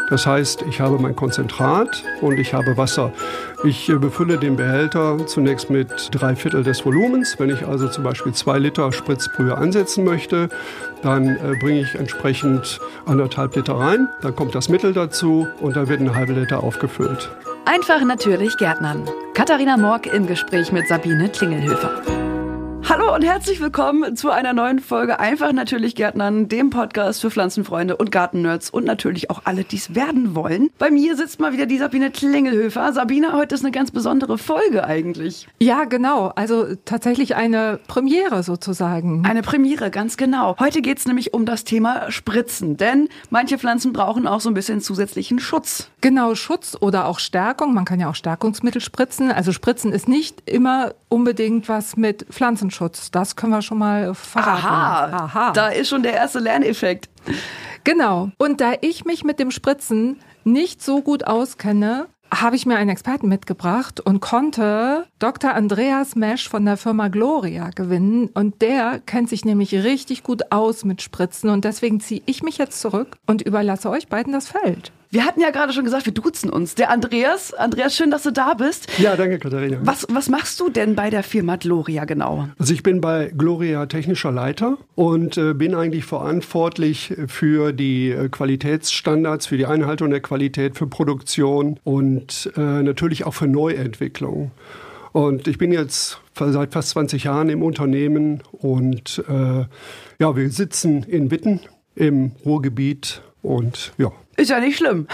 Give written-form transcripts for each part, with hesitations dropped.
Das heißt, ich habe mein Konzentrat und ich habe Wasser. Ich befülle den Behälter zunächst mit 3/4 des Volumens. Wenn ich also zum Beispiel 2 Liter Spritzbrühe ansetzen möchte, dann bringe ich entsprechend 1,5 Liter rein. Dann kommt das Mittel dazu und dann wird 1/2 Liter aufgefüllt. Einfach natürlich Gärtnern. Katharina Morck im Gespräch mit Sabine Klingelhöfer. Hallo und herzlich willkommen zu einer neuen Folge Einfach natürlich Gärtnern, dem Podcast für Pflanzenfreunde und Gartennerds und natürlich auch alle, die es werden wollen. Bei mir sitzt mal wieder die Sabine Klingelhöfer. Sabine, heute ist eine ganz besondere Folge eigentlich. Ja, genau. Also tatsächlich eine Premiere sozusagen. Eine Premiere, ganz genau. Heute geht es nämlich um das Thema Spritzen, denn manche Pflanzen brauchen auch so ein bisschen zusätzlichen Schutz. Genau, Schutz oder auch Stärkung. Man kann ja auch Stärkungsmittel spritzen. Also Spritzen ist nicht immer unbedingt was mit Pflanzenschutz. Das können wir schon mal verraten. Aha, da ist schon der erste Lerneffekt. Genau. Und da ich mich mit dem Spritzen nicht so gut auskenne, habe ich mir einen Experten mitgebracht und konnte Dr. Andreas Mesch von der Firma Gloria gewinnen. Und der kennt sich nämlich richtig gut aus mit Spritzen. Und deswegen ziehe ich mich jetzt zurück und überlasse euch beiden das Feld. Wir hatten ja gerade schon gesagt, wir duzen uns. Der Andreas, schön, dass du da bist. Ja, danke, Katharina. Was machst du denn bei der Firma Gloria genau? Also ich bin bei Gloria technischer Leiter und bin eigentlich verantwortlich für die Qualitätsstandards, für die Einhaltung der Qualität, für Produktion und natürlich auch für Neuentwicklung. Und ich bin jetzt seit fast 20 Jahren im Unternehmen und wir sitzen in Witten im Ruhrgebiet und ja. Ist ja nicht schlimm.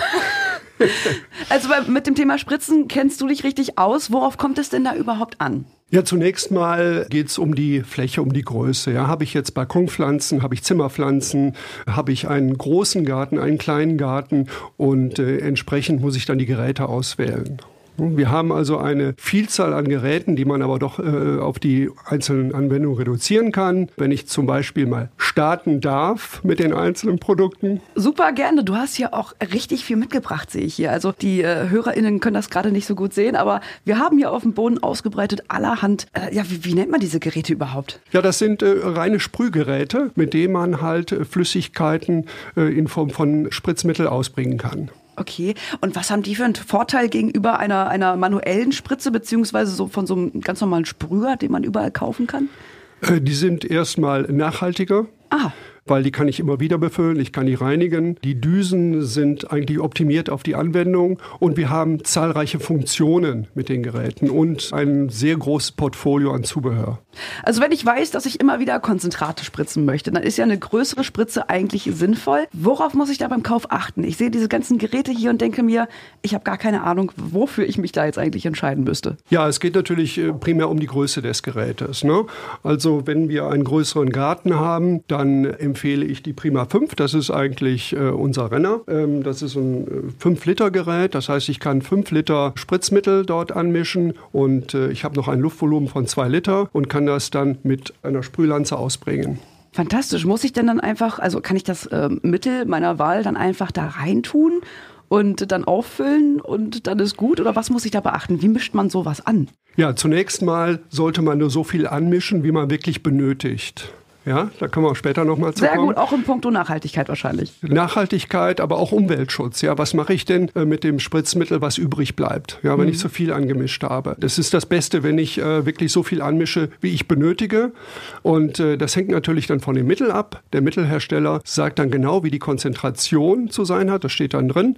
Also mit dem Thema Spritzen kennst du dich richtig aus. Worauf kommt es denn da überhaupt an? Ja, zunächst mal geht es um die Fläche, um die Größe. Ja, habe ich jetzt Balkonpflanzen, habe ich Zimmerpflanzen, habe ich einen großen Garten, einen kleinen Garten und entsprechend muss ich dann die Geräte auswählen. Wir haben also eine Vielzahl an Geräten, die man aber doch auf die einzelnen Anwendungen reduzieren kann. Wenn ich zum Beispiel mal starten darf mit den einzelnen Produkten. Super gerne. Du hast ja auch richtig viel mitgebracht, sehe ich hier. Also die HörerInnen können das gerade nicht so gut sehen, aber wir haben hier auf dem Boden ausgebreitet allerhand, wie nennt man diese Geräte überhaupt? Ja, das sind reine Sprühgeräte, mit denen man halt Flüssigkeiten in Form von Spritzmittel ausbringen kann. Okay, und was haben die für einen Vorteil gegenüber einer manuellen Spritze, beziehungsweise so von so einem ganz normalen Sprüher, den man überall kaufen kann? Die sind erstmal nachhaltiger. Ah. Weil die kann ich immer wieder befüllen, ich kann die reinigen. Die Düsen sind eigentlich optimiert auf die Anwendung und wir haben zahlreiche Funktionen mit den Geräten und ein sehr großes Portfolio an Zubehör. Also wenn ich weiß, dass ich immer wieder Konzentrate spritzen möchte, dann ist ja eine größere Spritze eigentlich sinnvoll. Worauf muss ich da beim Kauf achten? Ich sehe diese ganzen Geräte hier und denke mir, ich habe gar keine Ahnung, wofür ich mich da jetzt eigentlich entscheiden müsste. Ja, es geht natürlich primär um die Größe des Gerätes, ne? Also wenn wir einen größeren Garten haben, dann empfehle ich die Prima 5. Das ist eigentlich unser Renner. Das ist ein 5-Liter-Gerät. Das heißt, ich kann 5 Liter Spritzmittel dort anmischen und ich habe noch ein Luftvolumen von 2 Liter und kann das dann mit einer Sprühlanze ausbringen. Fantastisch. Muss ich denn dann einfach, also kann ich das Mittel meiner Wahl dann einfach da reintun und dann auffüllen und dann ist gut? Oder was muss ich da beachten? Wie mischt man sowas an? Ja, zunächst mal sollte man nur so viel anmischen, wie man wirklich benötigt. Ja, da können wir auch später nochmal zu kommen. Sehr gut, auch in puncto Nachhaltigkeit wahrscheinlich. Nachhaltigkeit, aber auch Umweltschutz. Ja, was mache ich denn mit dem Spritzmittel, was übrig bleibt, ja, wenn ich zu viel angemischt habe? Das ist das Beste, wenn ich wirklich so viel anmische, wie ich benötige. Und das hängt natürlich dann von dem Mittel ab. Der Mittelhersteller sagt dann genau, wie die Konzentration zu sein hat. Das steht dann drin.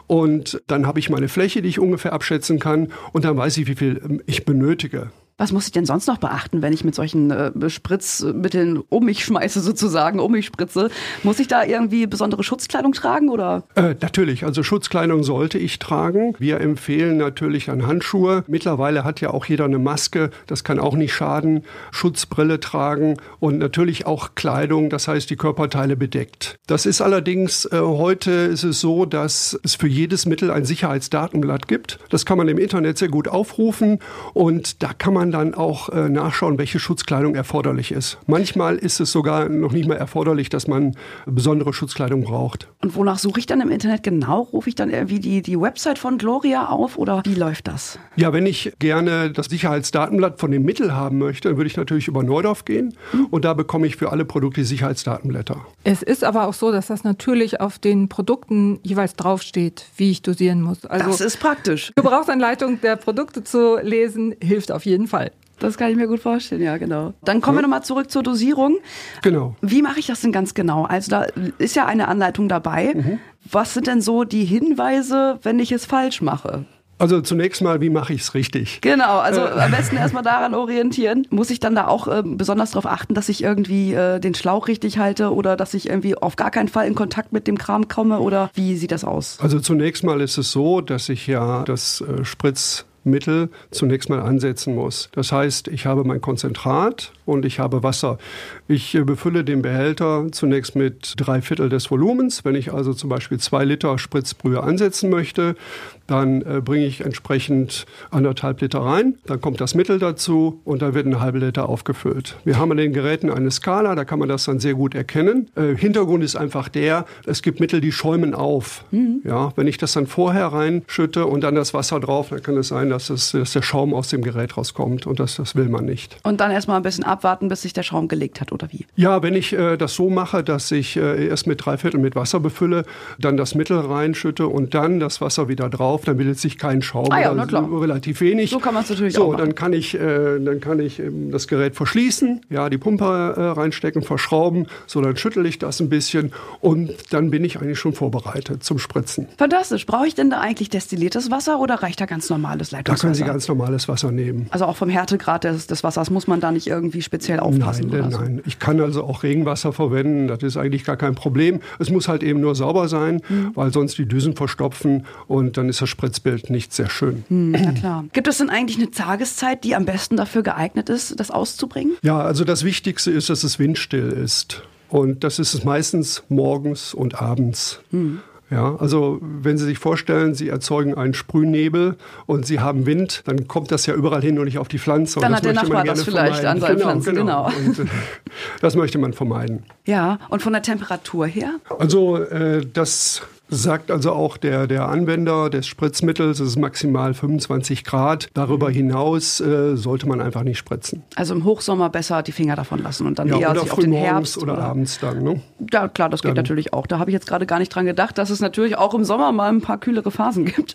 Und dann habe ich meine Fläche, die ich ungefähr abschätzen kann. Und dann weiß ich, wie viel ich benötige. Was muss ich denn sonst noch beachten, wenn ich mit solchen Spritzmitteln um mich schmeiße, sozusagen, um mich spritze? Muss ich da irgendwie besondere Schutzkleidung tragen, oder? Natürlich, also Schutzkleidung sollte ich tragen. Wir empfehlen natürlich dann Handschuhe. Mittlerweile hat ja auch jeder eine Maske, das kann auch nicht schaden. Schutzbrille tragen und natürlich auch Kleidung, das heißt die Körperteile bedeckt. Das ist allerdings, heute ist es so, dass es für jedes Mittel ein Sicherheitsdatenblatt gibt. Das kann man im Internet sehr gut aufrufen und da kann man man dann auch nachschauen, welche Schutzkleidung erforderlich ist. Manchmal ist es sogar noch nicht mal erforderlich, dass man besondere Schutzkleidung braucht. Und wonach suche ich dann im Internet genau? Rufe ich dann irgendwie die Website von Gloria auf oder wie läuft das? Ja, wenn ich gerne das Sicherheitsdatenblatt von dem Mittel haben möchte, dann würde ich natürlich über Neudorf gehen und da bekomme ich für alle Produkte Sicherheitsdatenblätter. Es ist aber auch so, dass das natürlich auf den Produkten jeweils draufsteht, wie ich dosieren muss. Also das ist praktisch. Gebrauchsanleitung der Produkte zu lesen, hilft auf jeden Fall. Das kann ich mir gut vorstellen, ja, genau. Dann kommen wir nochmal zurück zur Dosierung. Genau. Wie mache ich das denn ganz genau? Also da ist ja eine Anleitung dabei. Was sind denn so die Hinweise, wenn ich es falsch mache? Also zunächst mal, wie mache ich es richtig? Genau, also am besten erstmal daran orientieren. Muss ich dann da auch besonders darauf achten, dass ich irgendwie den Schlauch richtig halte oder dass ich irgendwie auf gar keinen Fall in Kontakt mit dem Kram komme oder wie sieht das aus? Also zunächst mal ist es so, dass ich ja das Spritzmittel zunächst mal ansetzen muss. Das heißt, ich habe mein Konzentrat und ich habe Wasser. Ich befülle den Behälter zunächst mit 3/4 des Volumens. Wenn ich also zum Beispiel 2 Liter Spritzbrühe ansetzen möchte, dann bringe ich entsprechend 1,5 Liter rein. Dann kommt das Mittel dazu und dann wird ein halber Liter aufgefüllt. Wir haben an den Geräten eine Skala, da kann man das dann sehr gut erkennen. Hintergrund ist einfach es gibt Mittel, die schäumen auf. Ja, wenn ich das dann vorher reinschütte und dann das Wasser drauf, dann kann es sein, dass der Schaum aus dem Gerät rauskommt und das will man nicht. Und dann erstmal ein bisschen abwarten, bis sich der Schaum gelegt hat, oder wie? Ja, wenn ich das so mache, dass ich erst mit 3/4 mit Wasser befülle, dann das Mittel reinschütte und dann das Wasser wieder drauf, dann bildet sich kein Schaum, relativ wenig. So kann man es natürlich auch machen. Dann kann ich das Gerät verschließen, ja, die Pumpe reinstecken, verschrauben, so dann schüttel ich das ein bisschen und dann bin ich eigentlich schon vorbereitet zum Spritzen. Fantastisch. Brauche ich denn da eigentlich destilliertes Wasser oder reicht da ganz normales Leitungswasser? Da können Sie ganz normales Wasser nehmen. Also auch vom Härtegrad des Wassers muss man da nicht irgendwie speziell aufpassen? Nein. Ich kann also auch Regenwasser verwenden, das ist eigentlich gar kein Problem. Es muss halt eben nur sauber sein, weil sonst die Düsen verstopfen und dann ist das Spritzbild nicht sehr schön. Na klar. Gibt es denn eigentlich eine Tageszeit, die am besten dafür geeignet ist, das auszubringen? Ja, also das Wichtigste ist, dass es windstill ist. Und das ist es meistens morgens und abends. Ja, also wenn Sie sich vorstellen, Sie erzeugen einen Sprühnebel und Sie haben Wind, dann kommt das ja überall hin und nicht auf die Pflanze. Dann hat der Nachbar das vielleicht an seinen Pflanzen, genau. Und das möchte man vermeiden. Ja, und von der Temperatur her? Also das sagt also auch der Anwender des Spritzmittels, es ist maximal 25 Grad. Darüber hinaus sollte man einfach nicht spritzen. Also im Hochsommer besser die Finger davon lassen und dann eher sich auf den Herbst oder abends dann. Ne? Ja, klar, das geht natürlich auch. Da habe ich jetzt gerade gar nicht dran gedacht, dass es natürlich auch im Sommer mal ein paar kühlere Phasen gibt.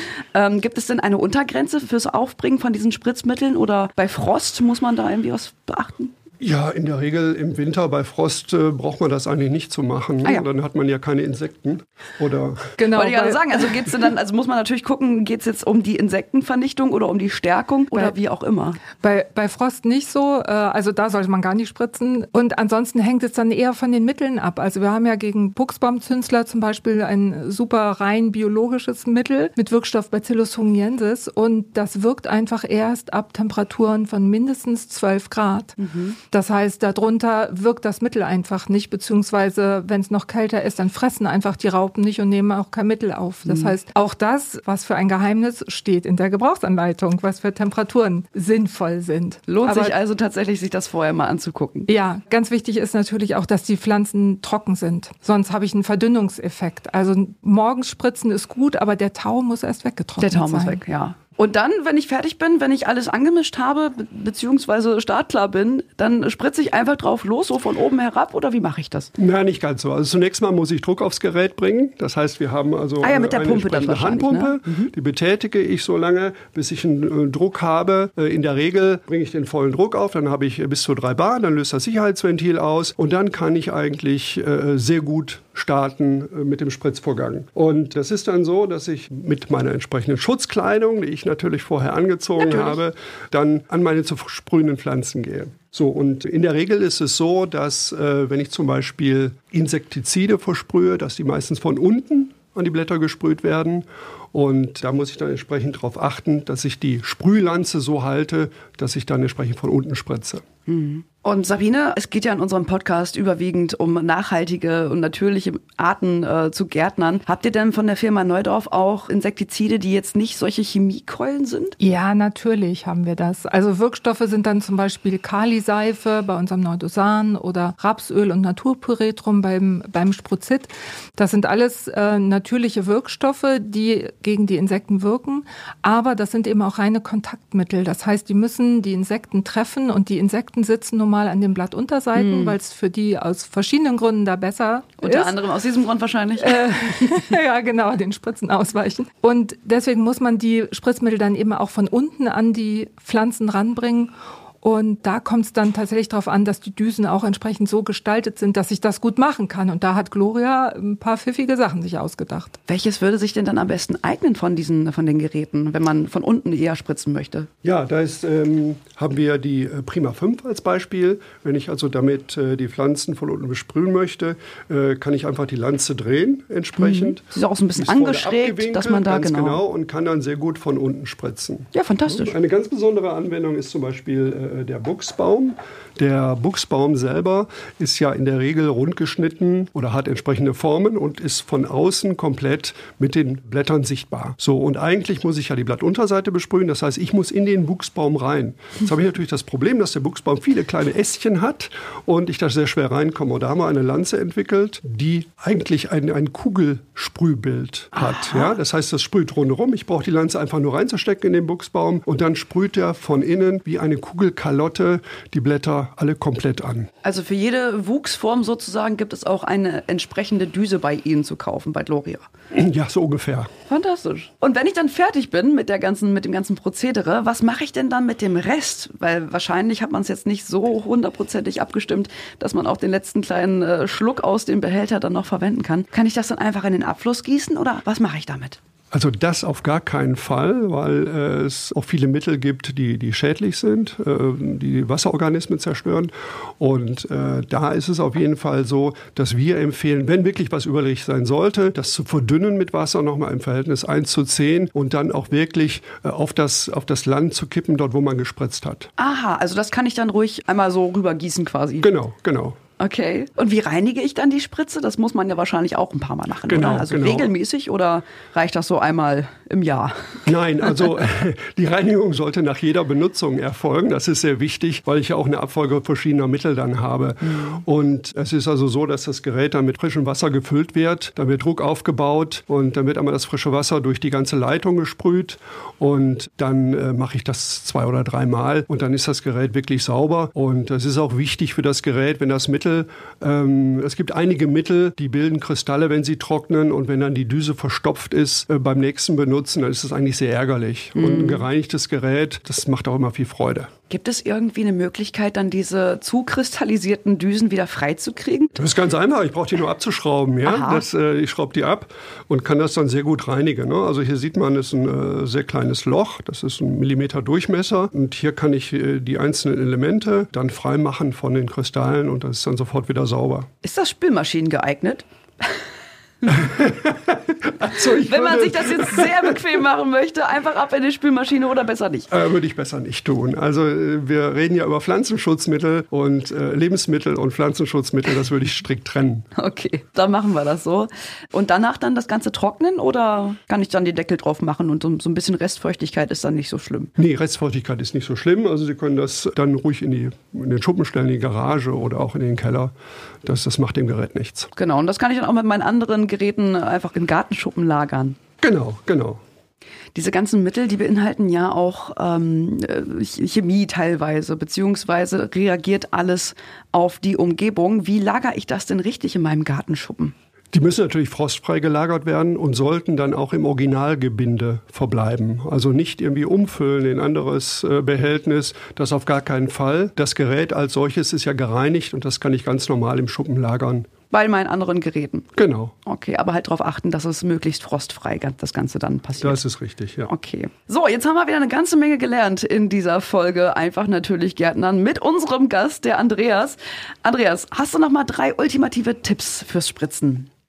Gibt es denn eine Untergrenze fürs Aufbringen von diesen Spritzmitteln oder bei Frost muss man da irgendwie was beachten? Ja, in der Regel im Winter bei Frost braucht man das eigentlich nicht zu machen. Ja. Dann hat man ja keine Insekten. Oder genau. Wollte ich gerade sagen, also geht's denn dann, also muss man natürlich gucken, geht es jetzt um die Insektenvernichtung oder um die Stärkung oder wie auch immer? Bei Frost nicht so, also da sollte man gar nicht spritzen. Und ansonsten hängt es dann eher von den Mitteln ab. Also wir haben ja gegen Buchsbaumzünsler zum Beispiel ein super rein biologisches Mittel mit Wirkstoff Bacillus thuringiensis und das wirkt einfach erst ab Temperaturen von mindestens 12 Grad. Das heißt, darunter wirkt das Mittel einfach nicht, beziehungsweise wenn es noch kälter ist, dann fressen einfach die Raupen nicht und nehmen auch kein Mittel auf. Das heißt, auch das, was für ein Geheimnis steht in der Gebrauchsanleitung, was für Temperaturen sinnvoll sind. Lohnt sich also tatsächlich, sich das vorher mal anzugucken. Ja, ganz wichtig ist natürlich auch, dass die Pflanzen trocken sind. Sonst habe ich einen Verdünnungseffekt. Also morgens spritzen ist gut, aber der Tau muss erst weggetrocknet sein. Der Tau muss weg, ja. Und dann, wenn ich fertig bin, wenn ich alles angemischt habe, beziehungsweise startklar bin, dann spritze ich einfach drauf los, so von oben herab, oder wie mache ich das? Nein, nicht ganz so. Also zunächst mal muss ich Druck aufs Gerät bringen. Das heißt, wir haben also mit der eine Pumpe dann Handpumpe. Ne? Die betätige ich so lange, bis ich einen Druck habe. In der Regel bringe ich den vollen Druck auf, dann habe ich bis zu 3 Bar, dann löst das Sicherheitsventil aus und dann kann ich eigentlich sehr gut starten mit dem Spritzvorgang. Und das ist dann so, dass ich mit meiner entsprechenden Schutzkleidung, die ich natürlich vorher angezogen habe, dann an meine zu sprühenden Pflanzen gehe. So, und in der Regel ist es so, dass wenn ich zum Beispiel Insektizide versprühe, dass die meistens von unten an die Blätter gesprüht werden. Und da muss ich dann entsprechend darauf achten, dass ich die Sprühlanze so halte, dass ich dann entsprechend von unten spritze. Und Sabine, es geht ja in unserem Podcast überwiegend um nachhaltige und natürliche Arten zu Gärtnern. Habt ihr denn von der Firma Neudorf auch Insektizide, die jetzt nicht solche Chemiekeulen sind? Ja, natürlich haben wir das. Also Wirkstoffe sind dann zum Beispiel Kaliseife bei unserem Neudosan oder Rapsöl und Naturpyretrum beim Spruzit. Das sind alles natürliche Wirkstoffe, die gegen die Insekten wirken. Aber das sind eben auch reine Kontaktmittel. Das heißt, die müssen die Insekten treffen und die Insekten sitzen nun mal an den Blattunterseiten, weil es für die aus verschiedenen Gründen da besser ist. Unter anderem aus diesem Grund wahrscheinlich. Ja, genau, den Spritzen ausweichen. Und deswegen muss man die Spritzmittel dann eben auch von unten an die Pflanzen ranbringen. Und da kommt es dann tatsächlich darauf an, dass die Düsen auch entsprechend so gestaltet sind, dass ich das gut machen kann. Und da hat Gloria ein paar pfiffige Sachen sich ausgedacht. Welches würde sich denn dann am besten eignen von den Geräten, wenn man von unten eher spritzen möchte? Ja, da haben wir die Prima 5 als Beispiel. Wenn ich also damit die Pflanzen von unten besprühen möchte, kann ich einfach die Lanze drehen entsprechend. Sie ist auch so ein bisschen angeschrägt, dass man da genau und kann dann sehr gut von unten spritzen. Ja, fantastisch. Eine ganz besondere Anwendung ist zum Beispiel der Buchsbaum. Der Buchsbaum selber ist ja in der Regel rund geschnitten oder hat entsprechende Formen und ist von außen komplett mit den Blättern sichtbar. So, und eigentlich muss ich ja die Blattunterseite besprühen, das heißt, ich muss in den Buchsbaum rein. Jetzt habe ich natürlich das Problem, dass der Buchsbaum viele kleine Ästchen hat und ich da sehr schwer reinkomme. Und da haben wir eine Lanze entwickelt, die eigentlich ein Kugelsprühbild hat. Ja? Das heißt, das sprüht rundherum. Ich brauche die Lanze einfach nur reinzustecken in den Buchsbaum und dann sprüht er von innen wie eine Kugelkalotte die Blätter alle komplett an. Also für jede Wuchsform sozusagen gibt es auch eine entsprechende Düse bei Ihnen zu kaufen, bei Gloria. Ja, so ungefähr. Fantastisch. Und wenn ich dann fertig bin mit dem ganzen Prozedere, was mache ich denn dann mit dem Rest? Weil wahrscheinlich hat man es jetzt nicht so hundertprozentig abgestimmt, dass man auch den letzten kleinen Schluck aus dem Behälter dann noch verwenden kann. Kann ich das dann einfach in den Abfluss gießen oder was mache ich damit? Also das auf gar keinen Fall, weil es auch viele Mittel gibt, die schädlich sind, die Wasserorganismen zerstören. Und da ist es auf jeden Fall so, dass wir empfehlen, wenn wirklich was übrig sein sollte, das zu verdünnen mit Wasser, nochmal im Verhältnis 1:10 und dann auch wirklich auf das Land zu kippen, dort wo man gespritzt hat. Aha, also das kann ich dann ruhig einmal so rübergießen quasi. Genau. Okay. Und wie reinige ich dann die Spritze? Das muss man ja wahrscheinlich auch ein paar Mal machen, genau, oder? Also genau. Regelmäßig oder reicht das so einmal im Jahr? Nein, also die Reinigung sollte nach jeder Benutzung erfolgen. Das ist sehr wichtig, weil ich ja auch eine Abfolge verschiedener Mittel dann habe. Und es ist also so, dass das Gerät dann mit frischem Wasser gefüllt wird. Dann wird Druck aufgebaut und dann wird einmal das frische Wasser durch die ganze Leitung gesprüht. Und dann mache ich das 2 oder 3 Mal und dann ist das Gerät wirklich sauber. Und das ist auch wichtig für das Gerät, wenn das Mittel es gibt einige Mittel, die bilden Kristalle, wenn sie trocknen und wenn dann die Düse verstopft ist beim nächsten Benutzen, dann ist das eigentlich sehr ärgerlich. Und ein gereinigtes Gerät, das macht auch immer viel Freude. Gibt es irgendwie eine Möglichkeit, dann diese zu kristallisierten Düsen wieder freizukriegen? Das ist ganz einfach. Ich brauche die nur abzuschrauben. Ja? Ich schraube die ab und kann das dann sehr gut reinigen. Ne? Also hier sieht man, es ist ein sehr kleines Loch. Das ist 1 Millimeter Durchmesser. Und hier kann ich die einzelnen Elemente dann freimachen von den Kristallen und das ist dann sofort wieder sauber. Ist das Spülmaschinen geeignet? Also wenn man sich das jetzt sehr bequem machen möchte, einfach ab in die Spülmaschine oder besser nicht? Würde ich besser nicht tun. Also wir reden ja über Pflanzenschutzmittel und Lebensmittel und Pflanzenschutzmittel, das würde ich strikt trennen. Okay, dann machen wir das so. Und danach dann das Ganze trocknen oder kann ich dann den Deckel drauf machen und so ein bisschen Restfeuchtigkeit ist dann nicht so schlimm? Nee, Restfeuchtigkeit ist nicht so schlimm. Also Sie können das dann ruhig in den Schuppen stellen, in die Garage oder auch in den Keller. Das macht dem Gerät nichts. Genau, und das kann ich dann auch mit meinen anderen Geräten einfach in Gartenschuppen lagern. Genau. Diese ganzen Mittel, die beinhalten ja auch Chemie teilweise, beziehungsweise reagiert alles auf die Umgebung. Wie lagere ich das denn richtig in meinem Gartenschuppen? Die müssen natürlich frostfrei gelagert werden und sollten dann auch im Originalgebinde verbleiben. Also nicht irgendwie umfüllen in ein anderes Behältnis, das auf gar keinen Fall. Das Gerät als solches ist ja gereinigt und das kann ich ganz normal im Schuppen lagern. Bei meinen anderen Geräten? Genau. Okay, aber halt darauf achten, dass es möglichst frostfrei das Ganze dann passiert. Das ist richtig, ja. Okay. So, jetzt haben wir wieder eine ganze Menge gelernt in dieser Folge Einfach natürlich Gärtnern mit unserem Gast, der Andreas. Andreas, hast du noch mal 3 ultimative Tipps fürs Spritzen?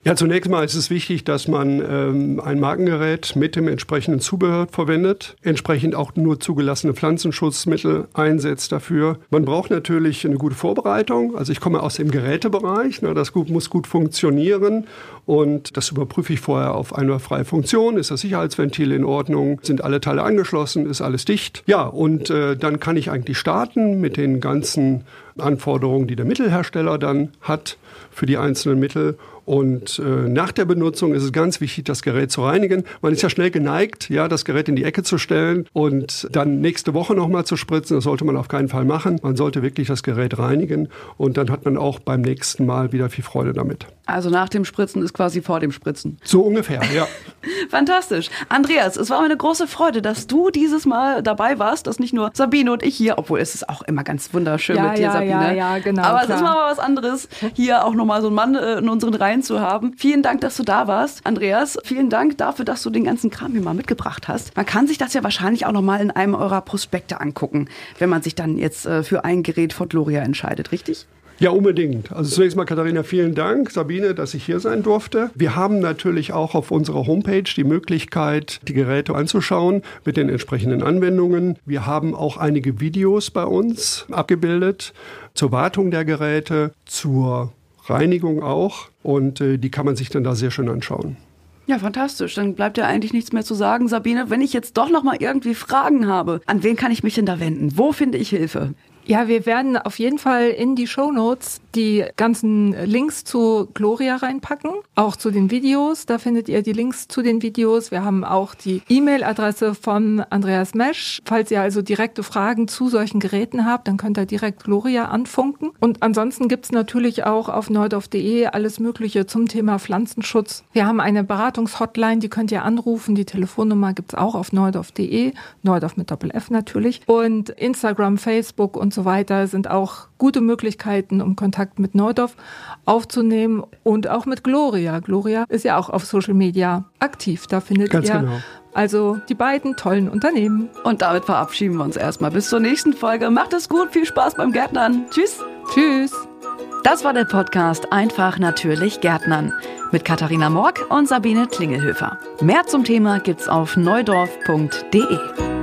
Ja, zunächst mal ist es wichtig, dass man ein Markengerät mit dem entsprechenden Zubehör verwendet, entsprechend auch nur zugelassene Pflanzenschutzmittel einsetzt dafür. Man braucht natürlich eine gute Vorbereitung. Also ich komme aus dem Gerätebereich, das muss gut funktionieren und das überprüfe ich vorher auf einwandfreie Funktion. Ist das Sicherheitsventil in Ordnung? Sind alle Teile angeschlossen? Ist alles dicht? Ja, und dann kann ich eigentlich starten mit den ganzen Anforderungen, die der Mittelhersteller dann hat für die einzelnen Mittel. Und nach der Benutzung ist es ganz wichtig, das Gerät zu reinigen. Man ist ja schnell geneigt, das Gerät in die Ecke zu stellen und dann nächste Woche nochmal zu spritzen. Das sollte man auf keinen Fall machen. Man sollte wirklich das Gerät reinigen und dann hat man auch beim nächsten Mal wieder viel Freude damit. Also nach dem Spritzen ist quasi vor dem Spritzen. So ungefähr, ja. Fantastisch. Andreas, es war mir eine große Freude, dass du dieses Mal dabei warst, dass nicht nur Sabine und ich hier, obwohl es ist auch immer ganz wunderschön mit dir, Sabine. Ja, genau. Aber es ist mal was anderes, hier auch nochmal so einen Mann in unseren Reihen zu haben. Vielen Dank, dass du da warst. Andreas, vielen Dank dafür, dass du den ganzen Kram hier mal mitgebracht hast. Man kann sich das ja wahrscheinlich auch nochmal in einem eurer Prospekte angucken, wenn man sich dann jetzt für ein Gerät von Gloria entscheidet, richtig? Ja, unbedingt. Also zunächst mal, Katharina, vielen Dank, Sabine, dass ich hier sein durfte. Wir haben natürlich auch auf unserer Homepage die Möglichkeit, die Geräte anzuschauen mit den entsprechenden Anwendungen. Wir haben auch einige Videos bei uns abgebildet zur Wartung der Geräte, zur Reinigung auch und die kann man sich dann da sehr schön anschauen. Ja, fantastisch. Dann bleibt ja eigentlich nichts mehr zu sagen. Sabine, wenn ich jetzt doch noch mal irgendwie Fragen habe, an wen kann ich mich denn da wenden? Wo finde ich Hilfe? Ja, wir werden auf jeden Fall in die Shownotes die ganzen Links zu Gloria reinpacken, auch zu den Videos. Da findet ihr die Links zu den Videos. Wir haben auch die E-Mail-Adresse von Andreas Mesch. Falls ihr also direkte Fragen zu solchen Geräten habt, dann könnt ihr direkt Gloria anfunken. Und ansonsten gibt's natürlich auch auf neudorf.de alles Mögliche zum Thema Pflanzenschutz. Wir haben eine Beratungshotline, die könnt ihr anrufen. Die Telefonnummer gibt's auch auf neudorf.de, Neudorf mit Doppel-F natürlich. Und Instagram, Facebook und so weiter sind auch gute Möglichkeiten, um Kontakt mit Neudorf aufzunehmen und auch mit Gloria. Gloria ist ja auch auf Social Media aktiv. Da findet Ganz ihr genau. also die beiden tollen Unternehmen. Und damit verabschieden wir uns erstmal. Bis zur nächsten Folge. Macht es gut, viel Spaß beim Gärtnern. Tschüss. Tschüss. Das war der Podcast Einfach natürlich Gärtnern mit Katharina Mork und Sabine Klingelhöfer. Mehr zum Thema gibt's auf neudorf.de.